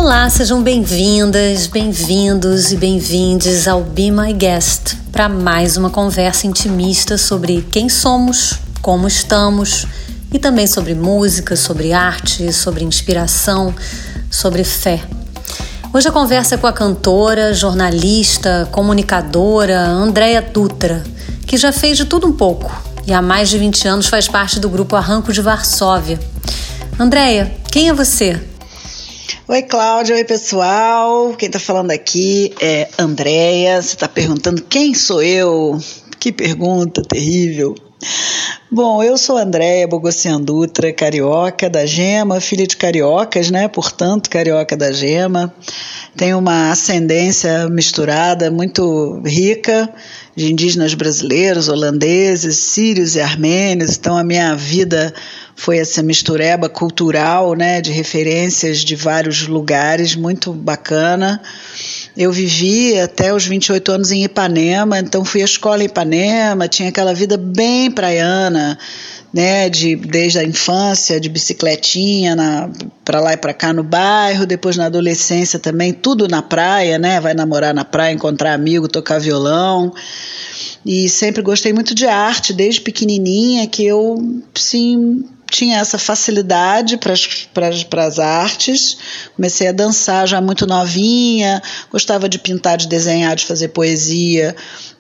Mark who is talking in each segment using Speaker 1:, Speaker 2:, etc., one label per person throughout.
Speaker 1: Olá, sejam bem-vindas, bem-vindos e bem-vindes ao Be My Guest para mais uma conversa intimista sobre quem somos, como estamos e também sobre música, sobre arte, sobre inspiração, sobre fé. Hoje a conversa é com a cantora, jornalista, comunicadora Andréia Dutra, que já fez de tudo um pouco e há mais de 20 anos faz parte do grupo Arranco de Varsóvia. Andréia, quem é você?
Speaker 2: Oi, Cláudia. Oi, pessoal. Quem está falando aqui é Andréia. Você está perguntando quem sou eu? Que pergunta terrível. Bom, eu sou Andréia Bogossian Dutra, carioca da Gema, filha de cariocas, né? Portanto, carioca da Gema. Tenho uma ascendência misturada muito rica de indígenas brasileiros, holandeses, sírios e armênios. Então, a minha vida foi essa mistureba cultural, né? De referências de vários lugares, muito bacana. Eu vivi até os 28 anos em Ipanema, então fui à escola em Ipanema, tinha aquela vida bem praiana, né, desde a infância, de bicicletinha para lá e para cá no bairro, depois na adolescência também, tudo na praia, né, vai namorar na praia, encontrar amigo, tocar violão. E sempre gostei muito de arte, desde pequenininha, que eu, sim, tinha essa facilidade para as artes. Comecei a dançar já muito novinha, gostava de pintar, de desenhar, de fazer poesia,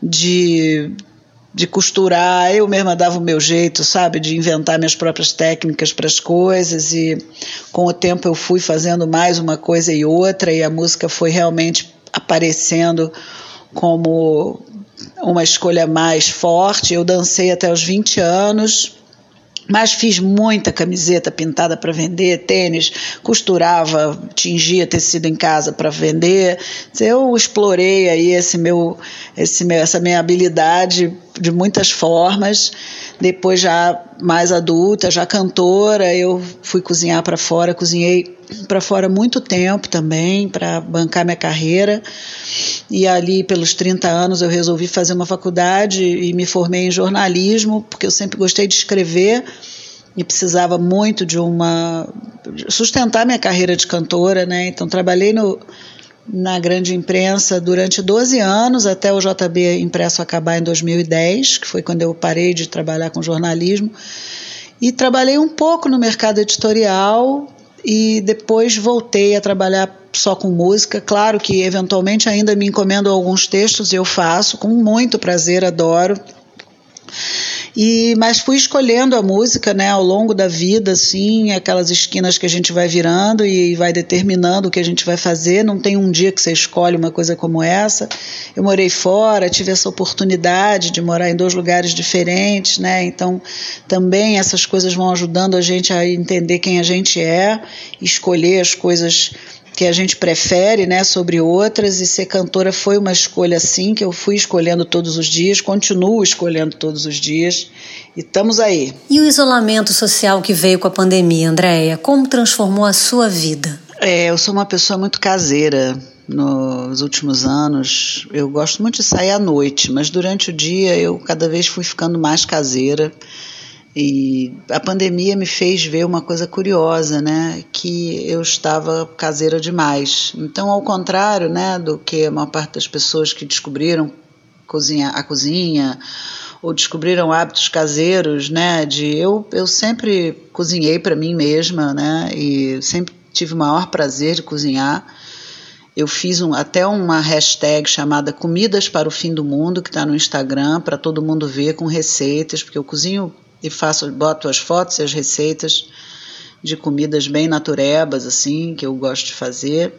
Speaker 2: de costurar. Eu mesma dava o meu jeito, sabe, de inventar minhas próprias técnicas para as coisas, e com o tempo eu fui fazendo mais uma coisa e outra, e a música foi realmente aparecendo como uma escolha mais forte. Eu dancei até os 20 anos, mas fiz muita camiseta pintada para vender, tênis, costurava, tingia tecido em casa para vender. Eu explorei aí essa minha habilidade de muitas formas. Depois, já mais adulta, já cantora, eu fui cozinhar para fora, cozinhei para fora muito tempo também, para bancar minha carreira. E ali, pelos 30 anos, eu resolvi fazer uma faculdade e me formei em jornalismo, porque eu sempre gostei de escrever e precisava muito de sustentar minha carreira de cantora, né? Então, trabalhei na grande imprensa durante 12 anos, até o JB Impresso acabar em 2010, que foi quando eu parei de trabalhar com jornalismo. E trabalhei um pouco no mercado editorial e depois voltei a trabalhar só com música. Claro que, eventualmente, ainda me encomendo alguns textos e eu faço com muito prazer, adoro. Mas fui escolhendo a música, né, ao longo da vida, assim, aquelas esquinas que a gente vai virando e vai determinando o que a gente vai fazer. Não tem um dia que você escolhe uma coisa como essa. Eu morei fora, tive essa oportunidade de morar em 2 lugares diferentes, né? Então também essas coisas vão ajudando a gente a entender quem a gente é, escolher as coisas que a gente prefere, né, sobre outras. E ser cantora foi uma escolha, assim, que eu fui escolhendo todos os dias, continuo escolhendo todos os dias, e estamos aí.
Speaker 1: E o isolamento social que veio com a pandemia, Andréia, como transformou a sua vida?
Speaker 2: Eu sou uma pessoa muito caseira. Nos últimos anos, eu gosto muito de sair à noite, mas durante o dia eu cada vez fui ficando mais caseira. E a pandemia me fez ver uma coisa curiosa, né? Que eu estava caseira demais. Então, ao contrário, né, do que a maior parte das pessoas que descobriram a cozinha ou descobriram hábitos caseiros, né? Eu sempre cozinhei para mim mesma, né? E sempre tive o maior prazer de cozinhar. Eu fiz até uma hashtag chamada Comidas para o Fim do Mundo, que está no Instagram, para todo mundo ver, com receitas, porque eu cozinho e boto as fotos e as receitas de comidas bem naturebas, assim, que eu gosto de fazer.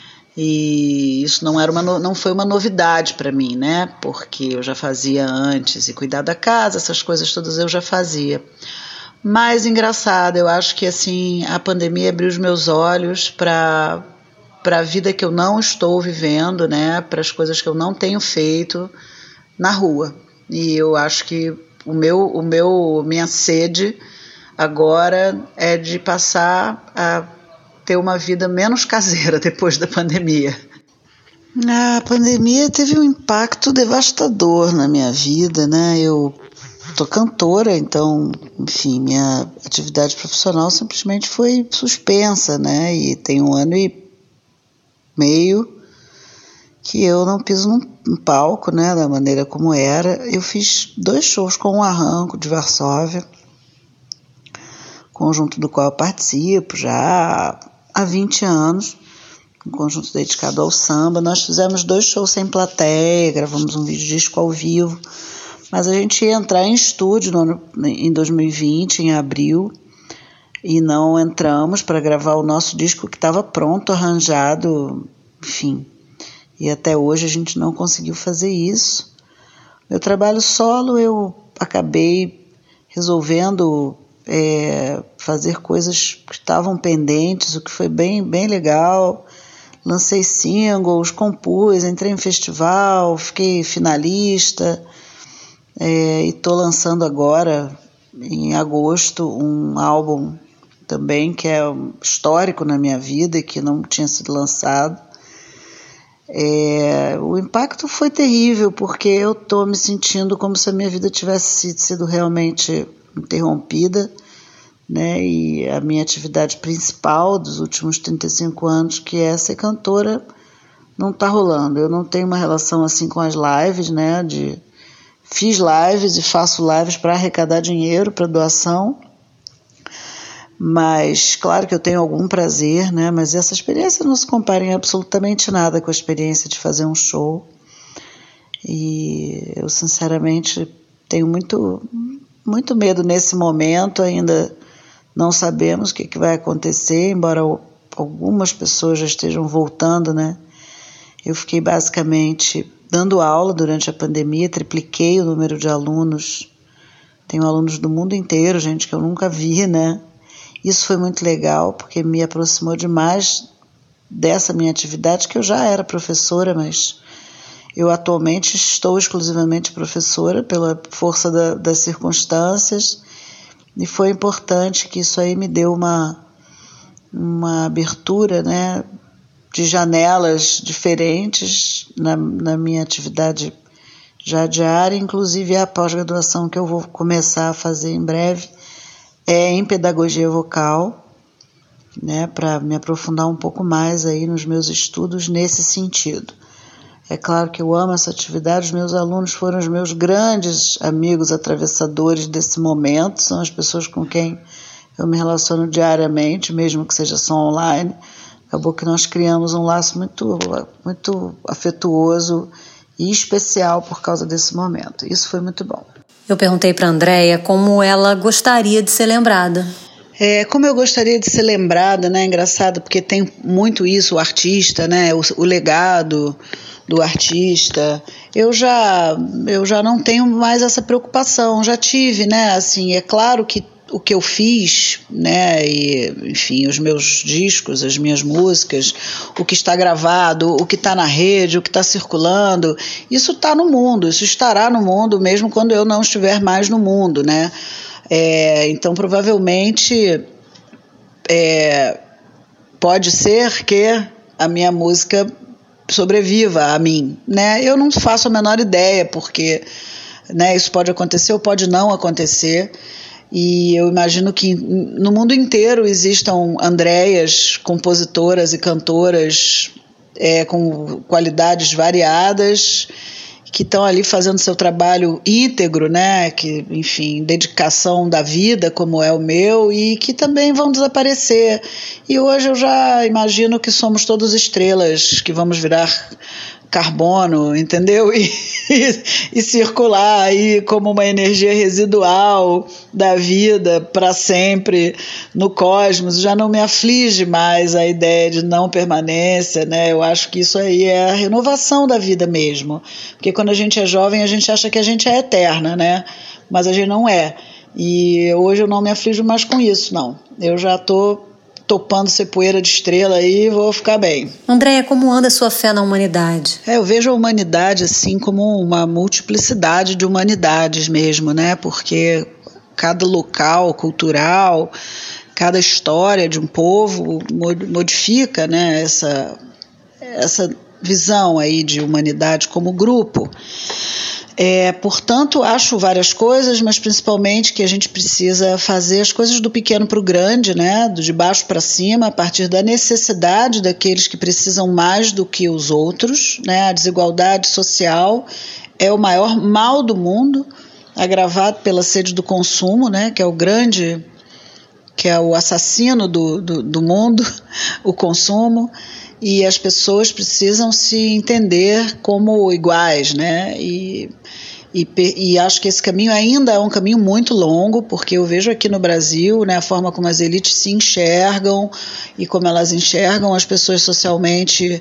Speaker 2: E isso não foi uma novidade para mim, né? Porque eu já fazia antes, e cuidar da casa, essas coisas todas eu já fazia. Mas, engraçado, eu acho que, assim, a pandemia abriu os meus olhos para a vida que eu não estou vivendo, né? Para as coisas que eu não tenho feito na rua. E eu acho que minha sede agora é de passar a ter uma vida menos caseira depois da pandemia. A pandemia teve um impacto devastador na minha vida, né? Eu tô cantora, então, enfim, minha atividade profissional simplesmente foi suspensa, né? E tem 1 ano e meio que eu não piso num palco, né, da maneira como era. Eu fiz 2 shows com o Arranco de Varsóvia, conjunto do qual eu participo já há 20 anos, um conjunto dedicado ao samba. Nós fizemos 2 shows sem plateia, gravamos um videodisco ao vivo, mas a gente ia entrar em estúdio em 2020, em abril, e não entramos para gravar o nosso disco que estava pronto, arranjado, enfim. E até hoje a gente não conseguiu fazer isso. Meu trabalho solo eu acabei resolvendo fazer coisas que estavam pendentes, o que foi bem, bem legal. Lancei singles, compus, entrei em festival, fiquei finalista e estou lançando agora, em agosto, um álbum também que é histórico na minha vida e que não tinha sido lançado. O impacto foi terrível, porque eu estou me sentindo como se a minha vida tivesse sido realmente interrompida, né? E a minha atividade principal dos últimos 35 anos, que é ser cantora, não está rolando. Eu não tenho uma relação assim com as lives, né? Fiz lives e faço lives para arrecadar dinheiro para doação, mas claro que eu tenho algum prazer, né? Mas essa experiência não se compara em absolutamente nada com a experiência de fazer um show. E eu sinceramente tenho muito, muito medo nesse momento. Ainda não sabemos o que vai acontecer, embora algumas pessoas já estejam voltando, né? Eu fiquei basicamente dando aula durante a pandemia, tripliquei o número de alunos. Tenho alunos do mundo inteiro, gente que eu nunca vi, né? Isso foi muito legal, porque me aproximou demais dessa minha atividade, que eu já era professora, mas eu atualmente estou exclusivamente professora pela força das circunstâncias, e foi importante que isso aí me deu uma abertura, né, de janelas diferentes na minha atividade já diária, inclusive a pós-graduação que eu vou começar a fazer em breve, em pedagogia vocal, né, para me aprofundar um pouco mais aí nos meus estudos nesse sentido. É claro que eu amo essa atividade, os meus alunos foram os meus grandes amigos atravessadores desse momento, são as pessoas com quem eu me relaciono diariamente, mesmo que seja só online. Acabou que nós criamos um laço muito, muito afetuoso e especial por causa desse momento. Isso foi muito bom.
Speaker 1: Eu perguntei para a Andréia como ela gostaria de ser lembrada.
Speaker 2: Como eu gostaria de ser lembrada, né? Engraçado, porque tem muito isso, o artista, né? O legado do artista. Eu já não tenho mais essa preocupação, já tive, né? Assim, é claro que o que eu fiz, né, e, enfim, os meus discos, as minhas músicas, o que está gravado, o que está na rede, o que está circulando, isso está no mundo, isso estará no mundo mesmo quando eu não estiver mais no mundo, né? Então, provavelmente, pode ser que a minha música sobreviva a mim, né? Eu não faço a menor ideia, porque, né, isso pode acontecer ou pode não acontecer. E eu imagino que no mundo inteiro existam Andréias, compositoras e cantoras com qualidades variadas, que estão ali fazendo seu trabalho íntegro, né? Que, enfim, dedicação da vida, como é o meu, e que também vão desaparecer. E hoje eu já imagino que somos todos estrelas, que vamos virar carbono, entendeu? E circular aí como uma energia residual da vida para sempre no cosmos. Já não me aflige mais a ideia de não permanência, né? Eu acho que isso aí é a renovação da vida mesmo, porque quando a gente é jovem a gente acha que a gente é eterna, né? Mas a gente não é, e hoje eu não me aflijo mais com isso, não. Eu já estou topando ser poeira de estrela aí, vou ficar bem.
Speaker 1: Andréia, como anda a sua fé na humanidade?
Speaker 2: Eu vejo a humanidade assim como uma multiplicidade de humanidades mesmo, né? Porque cada local cultural, cada história de um povo modifica, né, essa visão aí de humanidade como grupo. Portanto, acho várias coisas, mas principalmente que a gente precisa fazer as coisas do pequeno para o grande, né? Do de baixo para cima, a partir da necessidade daqueles que precisam mais do que os outros, né? A desigualdade social é o maior mal do mundo, agravado pela sede do consumo, né? Que é o assassino do mundo, o consumo. E as pessoas precisam se entender como iguais, né? E acho que esse caminho ainda é um caminho muito longo, porque eu vejo aqui no Brasil, né, a forma como as elites se enxergam e como elas enxergam as pessoas socialmente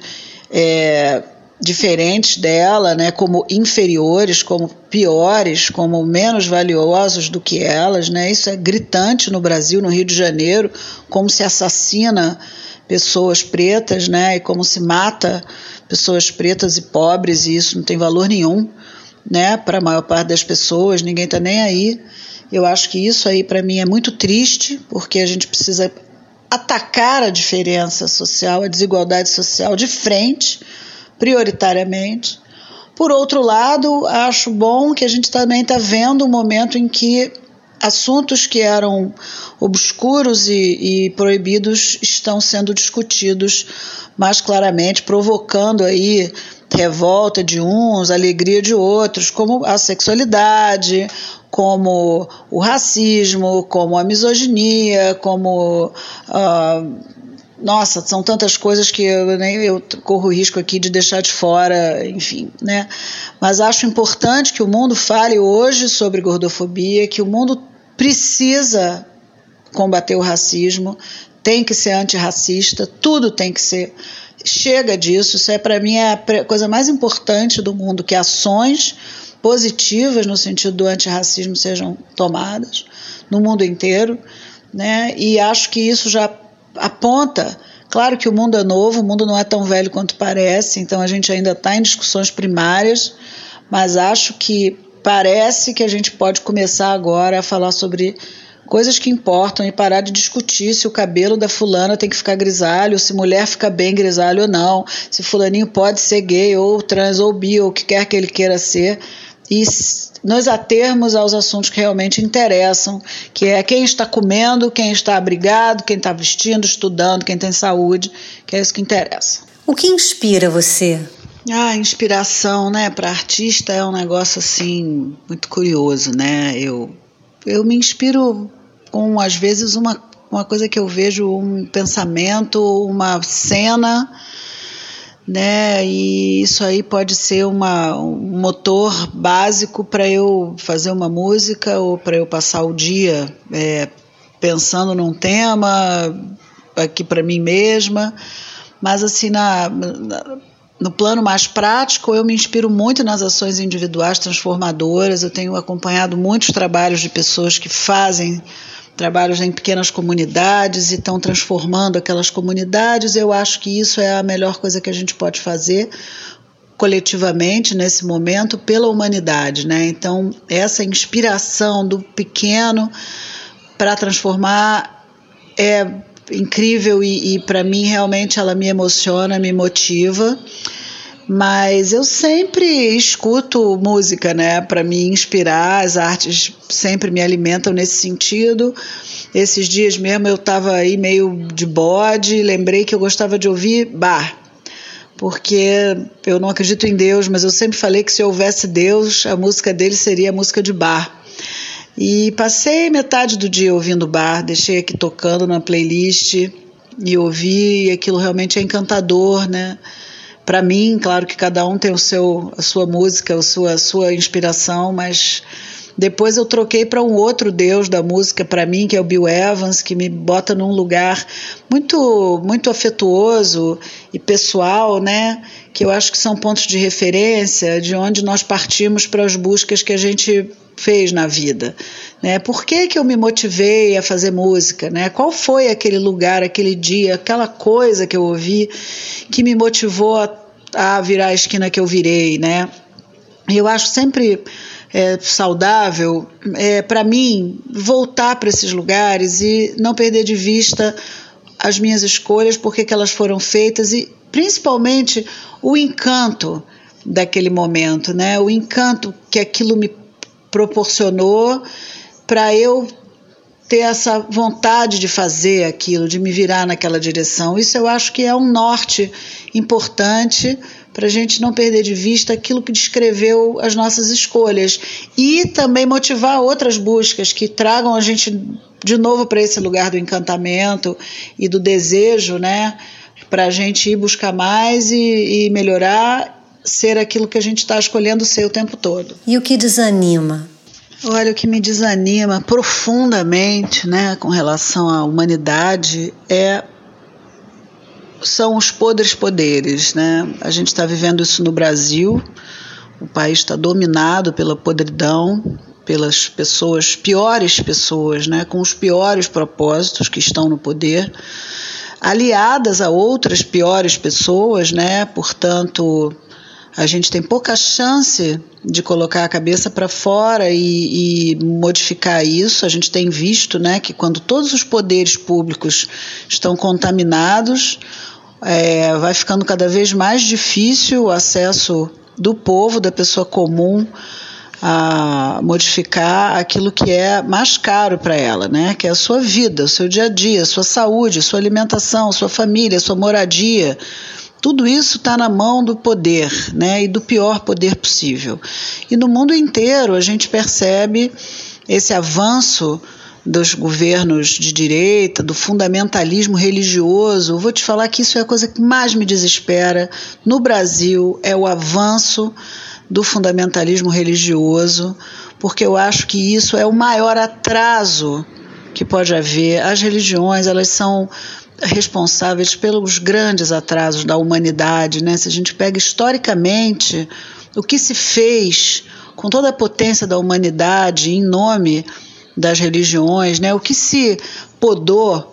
Speaker 2: diferentes dela, né, como inferiores, como piores, como menos valiosos do que elas, né? Isso é gritante no Brasil, no Rio de Janeiro, como se assassina pessoas pretas, né, e como se mata pessoas pretas e pobres, e isso não tem valor nenhum, né, para a maior parte das pessoas, ninguém está nem aí. Eu acho que isso aí para mim é muito triste, porque a gente precisa atacar a diferença social, a desigualdade social de frente, prioritariamente. Por outro lado, acho bom que a gente também está vendo um momento em que assuntos que eram obscuros e proibidos estão sendo discutidos mais claramente, provocando aí revolta de uns, alegria de outros, como a sexualidade, como o racismo, como a misoginia, como... nossa, são tantas coisas que eu corro o risco aqui de deixar de fora, enfim, né? Mas acho importante que o mundo fale hoje sobre gordofobia, que o mundo precisa combater o racismo, tem que ser antirracista, tudo tem que ser. Chega disso, isso para mim é a coisa mais importante do mundo, que ações positivas no sentido do antirracismo sejam tomadas no mundo inteiro, né? E acho que isso já aponta, claro que o mundo é novo, o mundo não é tão velho quanto parece, então a gente ainda está em discussões primárias, mas acho que parece que a gente pode começar agora a falar sobre coisas que importam e parar de discutir se o cabelo da fulana tem que ficar grisalho, se mulher fica bem grisalho ou não, se fulaninho pode ser gay ou trans ou bi ou o que quer que ele queira ser, e nos atermos aos assuntos que realmente interessam, que é quem está comendo, quem está abrigado, quem está vestindo, estudando, quem tem saúde, que é isso que interessa.
Speaker 1: O que inspira você?
Speaker 2: Inspiração, né, para artista é um negócio assim muito curioso, né? Eu me inspiro com, às vezes, uma coisa que eu vejo, um pensamento, uma cena, né? E isso aí pode ser um motor básico para eu fazer uma música ou para eu passar o dia pensando num tema aqui para mim mesma, mas assim no plano mais prático, eu me inspiro muito nas ações individuais transformadoras. Eu tenho acompanhado muitos trabalhos de pessoas que fazem trabalhos em pequenas comunidades e estão transformando aquelas comunidades. Eu acho que isso é a melhor coisa que a gente pode fazer coletivamente nesse momento pela humanidade, né? Então, essa inspiração do pequeno para transformar é incrível e para mim realmente ela me emociona, me motiva, mas eu sempre escuto música, né, para me inspirar, as artes sempre me alimentam nesse sentido. Esses dias mesmo eu estava aí meio de bode, lembrei que eu gostava de ouvir Bach, porque eu não acredito em Deus, mas eu sempre falei que se houvesse Deus, a música dele seria a música de Bach. E passei metade do dia ouvindo Bach, deixei aqui tocando na playlist e ouvi, e aquilo realmente é encantador, né? Para mim, claro que cada um tem a sua música, a sua inspiração, mas depois eu troquei para um outro deus da música para mim, que é o Bill Evans, que me bota num lugar muito, muito afetuoso e pessoal, né? Que eu acho que são pontos de referência de onde nós partimos para as buscas que a gente fez na vida, né? Por que eu me motivei a fazer música, né? Qual foi aquele lugar, aquele dia, aquela coisa que eu ouvi que me motivou a virar a esquina que eu virei, né? Eu acho sempre saudável, para mim, voltar para esses lugares e não perder de vista as minhas escolhas, porque que elas foram feitas e, principalmente, o encanto daquele momento, né? O encanto que aquilo me proporcionou para eu ter essa vontade de fazer aquilo, de me virar naquela direção. Isso eu acho que é um norte importante para a gente não perder de vista aquilo que descreveu as nossas escolhas e também motivar outras buscas que tragam a gente de novo para esse lugar do encantamento e do desejo, né? Para a gente ir buscar mais e melhorar, ser aquilo que a gente está escolhendo ser o tempo todo.
Speaker 1: E o que desanima?
Speaker 2: Olha, o que me desanima profundamente, né, com relação à humanidade são os podres poderes, né? A gente está vivendo isso no Brasil, o país está dominado pela podridão, pelas pessoas, piores pessoas, né, com os piores propósitos que estão no poder, aliadas a outras piores pessoas, né? Portanto, a gente tem pouca chance de colocar a cabeça para fora e modificar isso. A gente tem visto, né, que quando todos os poderes públicos estão contaminados, vai ficando cada vez mais difícil o acesso do povo, da pessoa comum, a modificar aquilo que é mais caro para ela, né? Que é a sua vida, o seu dia a dia, a sua saúde, a sua alimentação, a sua família, a sua moradia. Tudo isso está na mão do poder, né? E do pior poder possível. E no mundo inteiro a gente percebe esse avanço dos governos de direita, do fundamentalismo religioso. Eu vou te falar que isso é a coisa que mais me desespera no Brasil, é o avanço do fundamentalismo religioso, porque eu acho que isso é o maior atraso que pode haver. As religiões, elas são responsáveis pelos grandes atrasos da humanidade, né? Se a gente pega historicamente o que se fez com toda a potência da humanidade em nome das religiões, né? O que se podou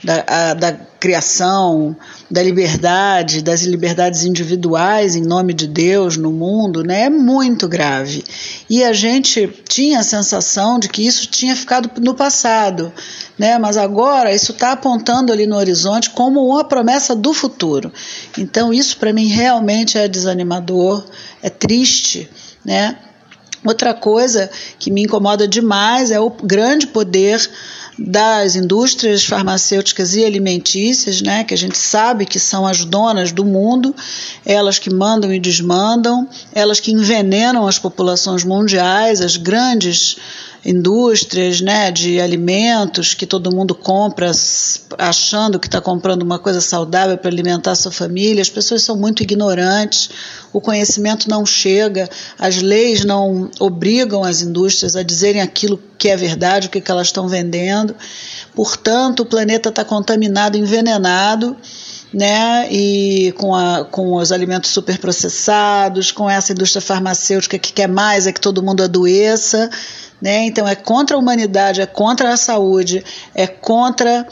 Speaker 2: da criação, da liberdade, das liberdades individuais em nome de Deus no mundo, né? É muito grave. E a gente tinha a sensação de que isso tinha ficado no passado, né? Mas agora isso está apontando ali no horizonte como uma promessa do futuro. Então isso para mim realmente é desanimador, é triste, né? Outra coisa que me incomoda demais é o grande poder das indústrias farmacêuticas e alimentícias, né, que a gente sabe que são as donas do mundo, elas que mandam e desmandam, elas que envenenam as populações mundiais, as grandes indústrias, né, de alimentos que todo mundo compra achando que está comprando uma coisa saudável para alimentar a sua família. As pessoas são muito ignorantes, o conhecimento não chega, as leis não obrigam as indústrias a dizerem aquilo que é verdade, o que elas estão vendendo. Portanto, o planeta está contaminado, envenenado, né, e com os alimentos superprocessados, com essa indústria farmacêutica que quer mais é que todo mundo adoeça, né? Então é contra a humanidade, é contra a saúde, é contra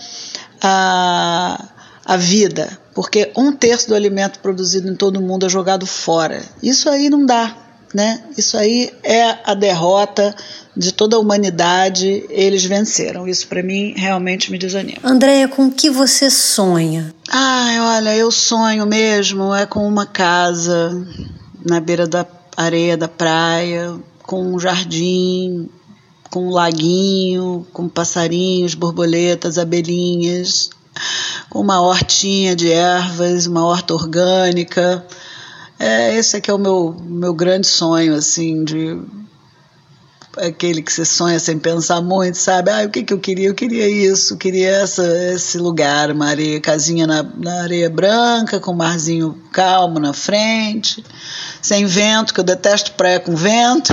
Speaker 2: a vida, porque 1/3 do alimento produzido em todo o mundo é jogado fora. Isso aí não dá, né? Isso aí é a derrota de toda a humanidade. Eles venceram. Isso para mim realmente me desanima.
Speaker 1: Andréia, com o que você sonha?
Speaker 2: Olha, eu sonho mesmo com uma casa na beira da areia da praia, com um jardim, com um laguinho, com passarinhos, borboletas, abelhinhas, com uma hortinha de ervas, uma horta orgânica. Esse aqui é o meu grande sonho, assim, aquele que você sonha sem pensar muito, sabe? O que eu queria? Eu queria isso, queria esse lugar, uma casinha na areia branca, com um marzinho calmo na frente, sem vento, que eu detesto praia com vento,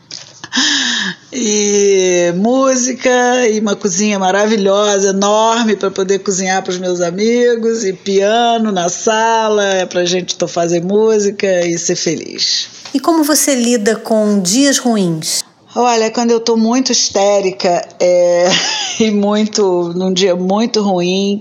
Speaker 2: e música, e uma cozinha maravilhosa, enorme, para poder cozinhar para os meus amigos, e piano na sala, para a gente fazer música e ser feliz.
Speaker 1: E como você lida com dias ruins?
Speaker 2: Olha, quando eu estou muito histérica e num dia muito ruim,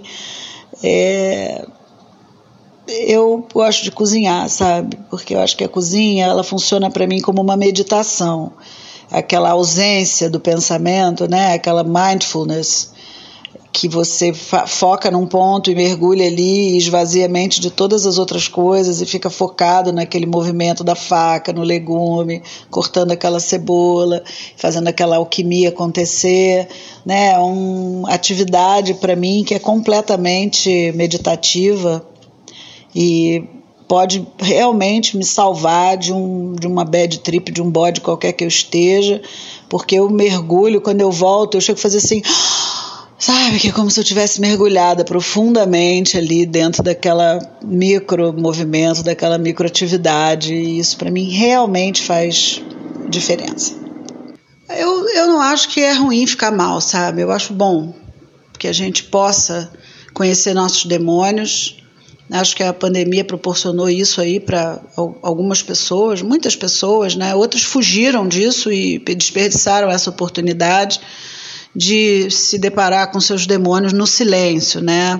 Speaker 2: eu gosto de cozinhar, sabe? Porque eu acho que a cozinha, ela funciona para mim como uma meditação. Aquela ausência do pensamento, né? Aquela mindfulness que você foca num ponto e mergulha ali e esvazia a mente de todas as outras coisas e fica focado naquele movimento da faca, no legume, cortando aquela cebola, fazendo aquela alquimia acontecer, né? Uma atividade para mim que é completamente meditativa e pode realmente me salvar de uma bad trip, de um bode qualquer que eu esteja, porque eu mergulho, quando eu volto, eu chego a fazer assim... Sabe, que é como se eu tivesse mergulhada profundamente ali dentro daquela micro movimento, daquela micro atividade, e isso para mim realmente faz diferença. Eu não acho que é ruim ficar mal, sabe? Eu acho bom que a gente possa conhecer nossos demônios. Acho que a pandemia proporcionou isso aí para algumas pessoas, muitas pessoas, né? Outras fugiram disso e desperdiçaram essa oportunidade de se deparar com seus demônios no silêncio, né,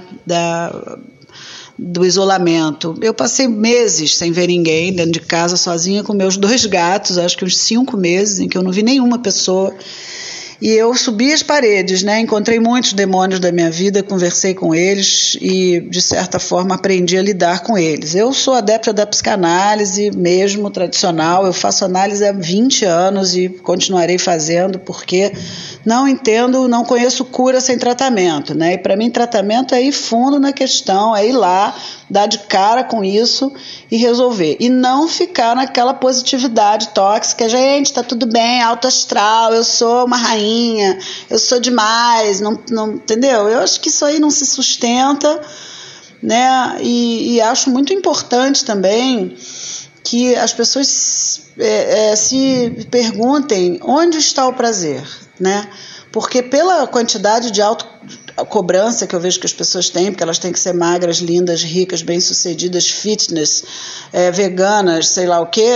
Speaker 2: do isolamento. Eu passei meses sem ver ninguém dentro de casa, sozinha, com meus 2 gatos, acho que uns 5 meses, em que eu não vi nenhuma pessoa. E eu subi as paredes, né? Encontrei muitos demônios da minha vida, conversei com eles e, de certa forma, aprendi a lidar com eles. Eu sou adepta da psicanálise mesmo, tradicional. Eu faço análise há 20 anos e continuarei fazendo porque não conheço cura sem tratamento, né? E para mim tratamento é ir fundo na questão, é ir lá, dar de cara com isso e resolver. E não ficar naquela positividade tóxica, gente, tá tudo bem, alto astral, eu sou uma rainha, eu sou demais, não, entendeu? Eu acho que isso aí não se sustenta, né? E acho muito importante também que as pessoas se perguntem onde está o prazer, né? Porque pela quantidade de autocobrança que eu vejo que as pessoas têm, porque elas têm que ser magras, lindas, ricas, bem-sucedidas, fitness, veganas, sei lá o quê,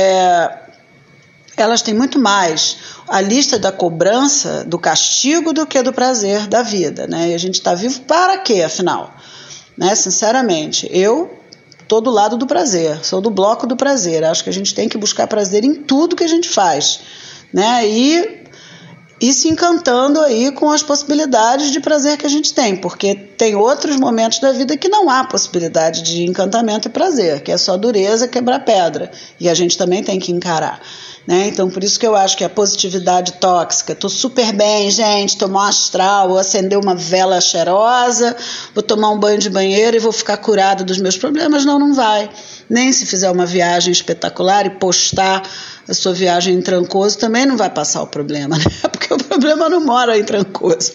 Speaker 2: elas têm muito mais a lista da cobrança, do castigo, do que do prazer da vida, né? E a gente está vivo para quê, afinal? Né? Sinceramente, eu estou do lado do prazer, sou do bloco do prazer. Acho que a gente tem que buscar prazer em tudo que a gente faz, né? E se encantando aí com as possibilidades de prazer que a gente tem, porque tem outros momentos da vida que não há possibilidade de encantamento e prazer, que é só dureza, quebrar pedra, e a gente também tem que encarar, né? Então, por isso que eu acho que a positividade tóxica, tô super bem, gente, tô mó astral, vou acender uma vela cheirosa, vou tomar um banho de banheiro e vou ficar curada dos meus problemas. Não vai. Nem se fizer uma viagem espetacular e postar a sua viagem em Trancoso, também não vai passar o problema, né? Porque o problema não mora em Trancoso.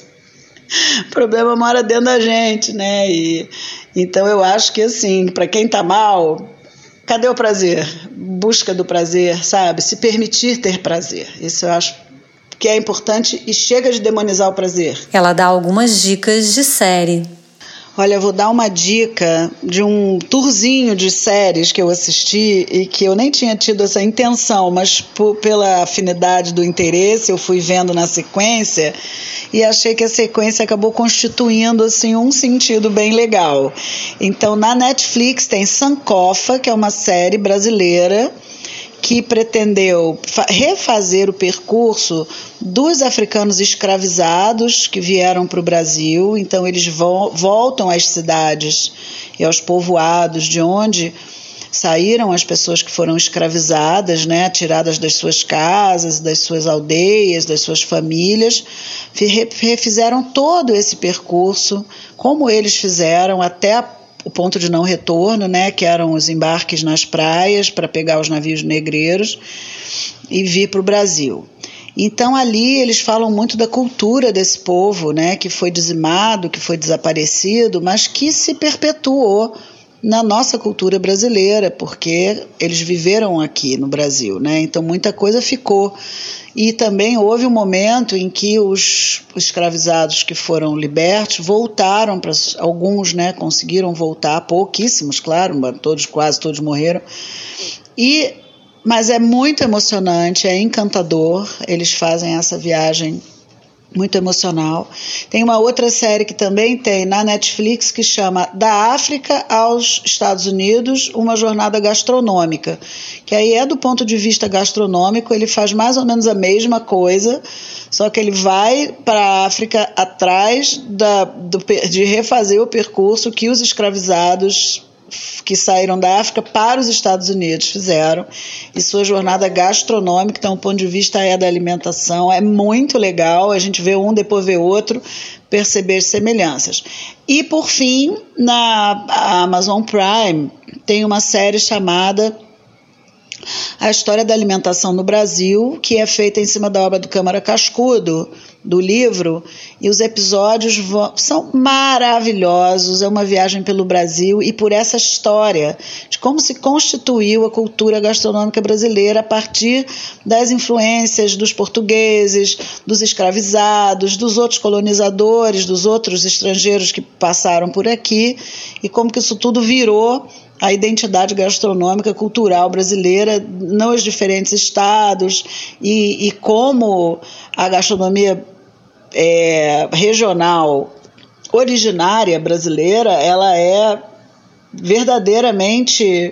Speaker 2: O problema mora dentro da gente, né? Então eu acho que, assim, para quem tá mal, cadê o prazer? Busca do prazer, sabe? Se permitir ter prazer. Isso eu acho que é importante e chega de demonizar o prazer.
Speaker 1: Ela dá algumas dicas de série.
Speaker 2: Olha, eu vou dar uma dica de um tourzinho de séries que eu assisti e que eu nem tinha tido essa intenção, mas pela afinidade do interesse eu fui vendo na sequência e achei que a sequência acabou constituindo assim, um sentido bem legal. Então, na Netflix tem Sankofa, que é uma série brasileira que pretendeu refazer o percurso dos africanos escravizados que vieram para o Brasil. Então eles voltam às cidades e aos povoados de onde saíram as pessoas que foram escravizadas, né, tiradas das suas casas, das suas aldeias, das suas famílias, refizeram todo esse percurso, como eles fizeram até o ponto de não retorno, né, que eram os embarques nas praias para pegar os navios negreiros e vir para o Brasil. Então ali eles falam muito da cultura desse povo, né, que foi dizimado, que foi desaparecido, mas que se perpetuou na nossa cultura brasileira, porque eles viveram aqui no Brasil, né? Então muita coisa ficou. E também houve um momento em que os escravizados que foram libertos voltaram para alguns, né, conseguiram voltar, pouquíssimos, claro, quase todos morreram. Mas é muito emocionante, é encantador. Eles fazem essa viagem muito emocional. Tem uma outra série que também tem na Netflix que chama Da África aos Estados Unidos, uma jornada gastronômica, que aí é do ponto de vista gastronômico, ele faz mais ou menos a mesma coisa, só que ele vai para a África atrás de refazer o percurso que os escravizados que saíram da África para os Estados Unidos fizeram, e sua jornada gastronômica, então o ponto de vista é da alimentação, é muito legal, a gente vê um, depois vê outro, perceber semelhanças. E por fim, na Amazon Prime tem uma série chamada A História da Alimentação no Brasil, que é feita em cima da obra do Câmara Cascudo, do livro, e os episódios são maravilhosos, é uma viagem pelo Brasil e por essa história de como se constituiu a cultura gastronômica brasileira a partir das influências dos portugueses, dos escravizados, dos outros colonizadores, dos outros estrangeiros que passaram por aqui, e como que isso tudo virou a identidade gastronômica cultural brasileira nos diferentes estados, e como a gastronomia regional originária brasileira, ela é verdadeiramente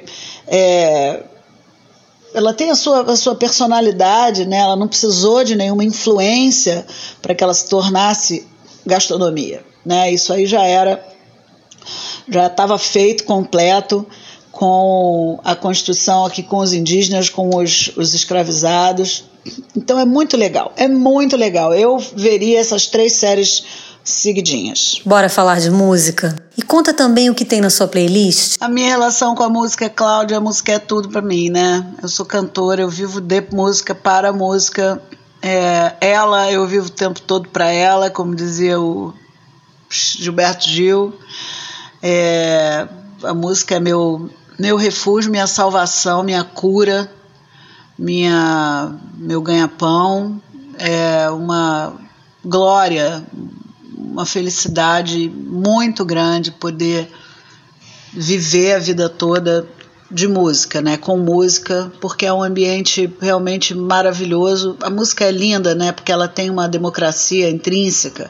Speaker 2: ela tem a sua personalidade, né? Ela não precisou de nenhuma influência para que ela se tornasse gastronomia, né? Isso aí já estava feito completo com a construção aqui com os indígenas, com os escravizados. Então é muito legal, é muito legal. Eu veria essas 3 séries seguidinhas.
Speaker 1: Bora falar de música? E conta também o que tem na sua playlist.
Speaker 2: A minha relação com a música, Cláudia, a música é tudo para mim, né? Eu sou cantora, eu vivo de música, para a música. Eu vivo o tempo todo para ela, como dizia o Gilberto Gil. A música é meu refúgio, minha salvação, minha cura, meu ganha-pão, é uma glória, uma felicidade muito grande poder viver a vida toda de música, né? Com música, porque é um ambiente realmente maravilhoso. A música é linda, né? Porque ela tem uma democracia intrínseca.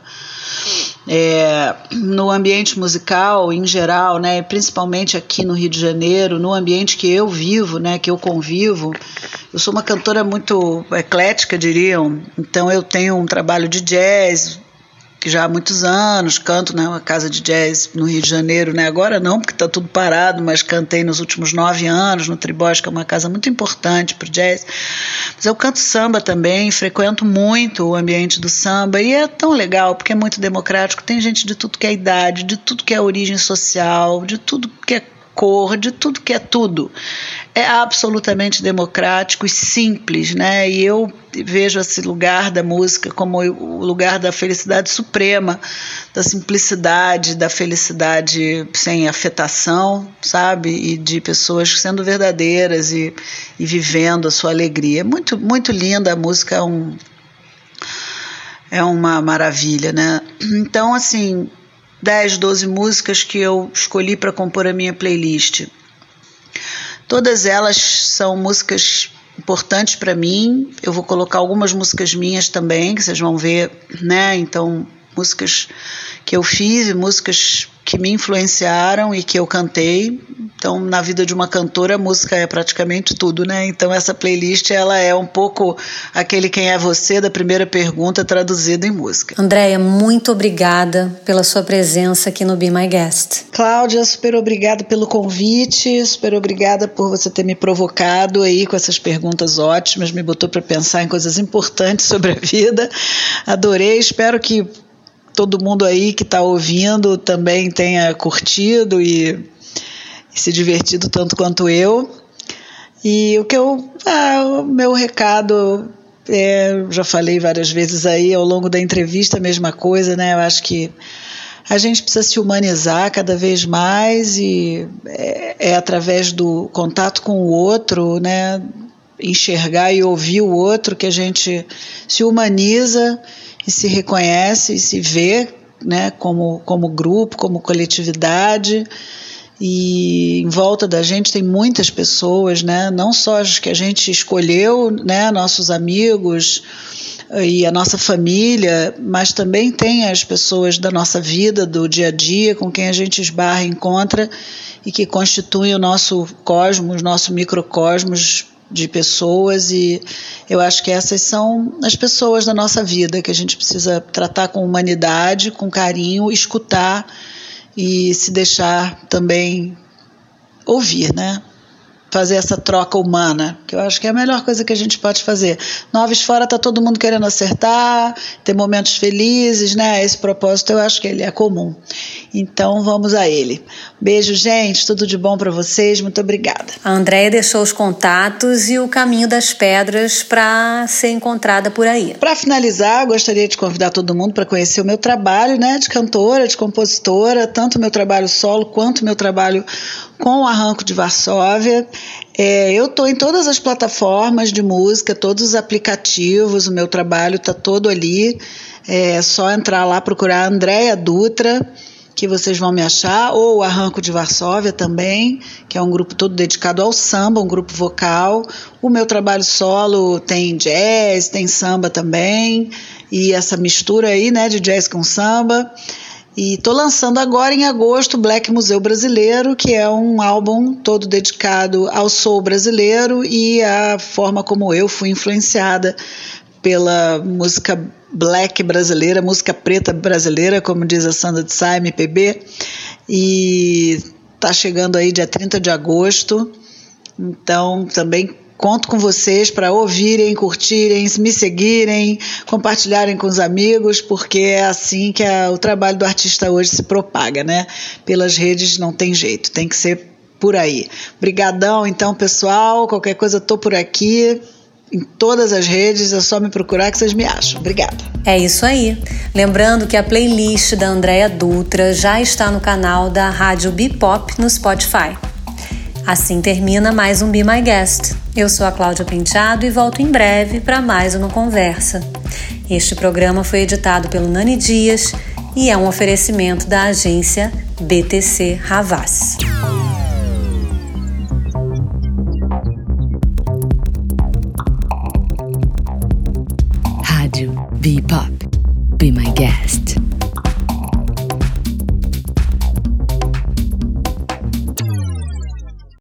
Speaker 2: No ambiente musical em geral, né, principalmente aqui no Rio de Janeiro, no ambiente que eu vivo, né, que eu convivo, eu sou uma cantora muito eclética, diriam. Então eu tenho um trabalho de jazz que já há muitos anos, canto numa casa de jazz no Rio de Janeiro, né? Agora não, porque está tudo parado, mas cantei nos últimos 9 anos no Tribós, que é uma casa muito importante para o jazz. Mas eu canto samba também, frequento muito o ambiente do samba, e é tão legal, porque é muito democrático, tem gente de tudo que é idade, de tudo que é origem social, de tudo que é cor, de tudo que é tudo. É absolutamente democrático e simples, né? E eu vejo esse lugar da música como o lugar da felicidade suprema, da simplicidade, da felicidade sem afetação, sabe? E de pessoas sendo verdadeiras e vivendo a sua alegria. É muito, muito linda a música, é uma maravilha, né? Então, assim, 10, 12 músicas que eu escolhi para compor a minha playlist. Todas elas são músicas importantes para mim. Eu vou colocar algumas músicas minhas também, que vocês vão ver, né? Então, músicas que eu fiz e músicas que me influenciaram e que eu cantei. Então, na vida de uma cantora, a música é praticamente tudo, né? Então, essa playlist, ela é um pouco aquele Quem é Você, da primeira pergunta, traduzido em música.
Speaker 1: Andréia, muito obrigada pela sua presença aqui no Be My Guest.
Speaker 2: Cláudia, super obrigada pelo convite, super obrigada por você ter me provocado aí com essas perguntas ótimas, me botou para pensar em coisas importantes sobre a vida. Adorei, espero que todo mundo aí que está ouvindo também tenha curtido e se divertido tanto quanto eu. E o meu recado, já falei várias vezes aí ao longo da entrevista, a mesma coisa, né? Eu acho que a gente precisa se humanizar cada vez mais e é através do contato com o outro, né? Enxergar e ouvir o outro que a gente se humaniza e se reconhece e se vê, né? Como grupo, como coletividade. E em volta da gente tem muitas pessoas, né? Não só as que a gente escolheu, né? Nossos amigos, e a nossa família, mas também tem as pessoas da nossa vida, do dia a dia, com quem a gente esbarra e encontra e que constituem o nosso cosmos, nosso microcosmos de pessoas, e eu acho que essas são as pessoas da nossa vida que a gente precisa tratar com humanidade, com carinho, escutar e se deixar também ouvir, né? Fazer essa troca humana, que eu acho que é a melhor coisa que a gente pode fazer. Noves fora tá todo mundo querendo acertar, ter momentos felizes, né? Esse propósito eu acho que ele é comum. Então vamos a ele. Beijo, gente, tudo de bom para vocês, muito obrigada.
Speaker 1: A Andréia deixou os contatos e o caminho das pedras para ser encontrada por aí.
Speaker 2: Para finalizar, gostaria de convidar todo mundo para conhecer o meu trabalho, né, de cantora, de compositora, tanto o meu trabalho solo quanto o meu trabalho com o Arranco de Varsóvia. Eu estou em todas as plataformas de música, todos os aplicativos, o meu trabalho está todo ali. É só entrar lá, procurar Andréia Dutra, que vocês vão me achar, ou o Arranco de Varsóvia também, que é um grupo todo dedicado ao samba, um grupo vocal. O meu trabalho solo tem jazz, tem samba também, e essa mistura aí, né, de jazz com samba. E estou lançando agora em agosto o Black Museu Brasileiro, que é um álbum todo dedicado ao soul brasileiro e à forma como eu fui influenciada pela música black brasileira, música preta brasileira, como diz a Sandra de Sá, MPB. E está chegando aí dia 30 de agosto, então também conto com vocês para ouvirem, curtirem, me seguirem, compartilharem com os amigos, porque é assim que o trabalho do artista hoje se propaga, né? Pelas redes não tem jeito, tem que ser por aí. Brigadão, então, pessoal. Qualquer coisa, tô por aqui. Em todas as redes, é só me procurar que vocês me acham. Obrigada.
Speaker 1: É isso aí. Lembrando que a playlist da Andréia Dutra já está no canal da Rádio Bipop no Spotify. Assim termina mais um Be My Guest. Eu sou a Cláudia Penteado e volto em breve para mais uma conversa. Este programa foi editado pelo Nani Dias e é um oferecimento da agência BTC Havas.
Speaker 3: Rádio Bipop. Be My Guest.